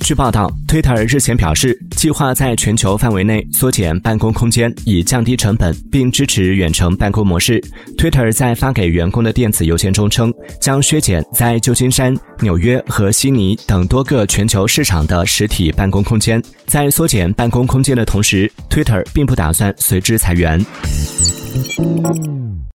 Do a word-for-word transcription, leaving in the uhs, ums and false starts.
据报道 ，Twitter 日前表示，计划在全球范围内缩减办公空间，以降低成本，并支持远程办公模式。Twitter 在发给员工的电子邮件中称，将削减在旧金山、纽约和悉尼等多个全球市场的实体办公空间。在缩减办公空间的同时， Twitter 并不打算随之裁员。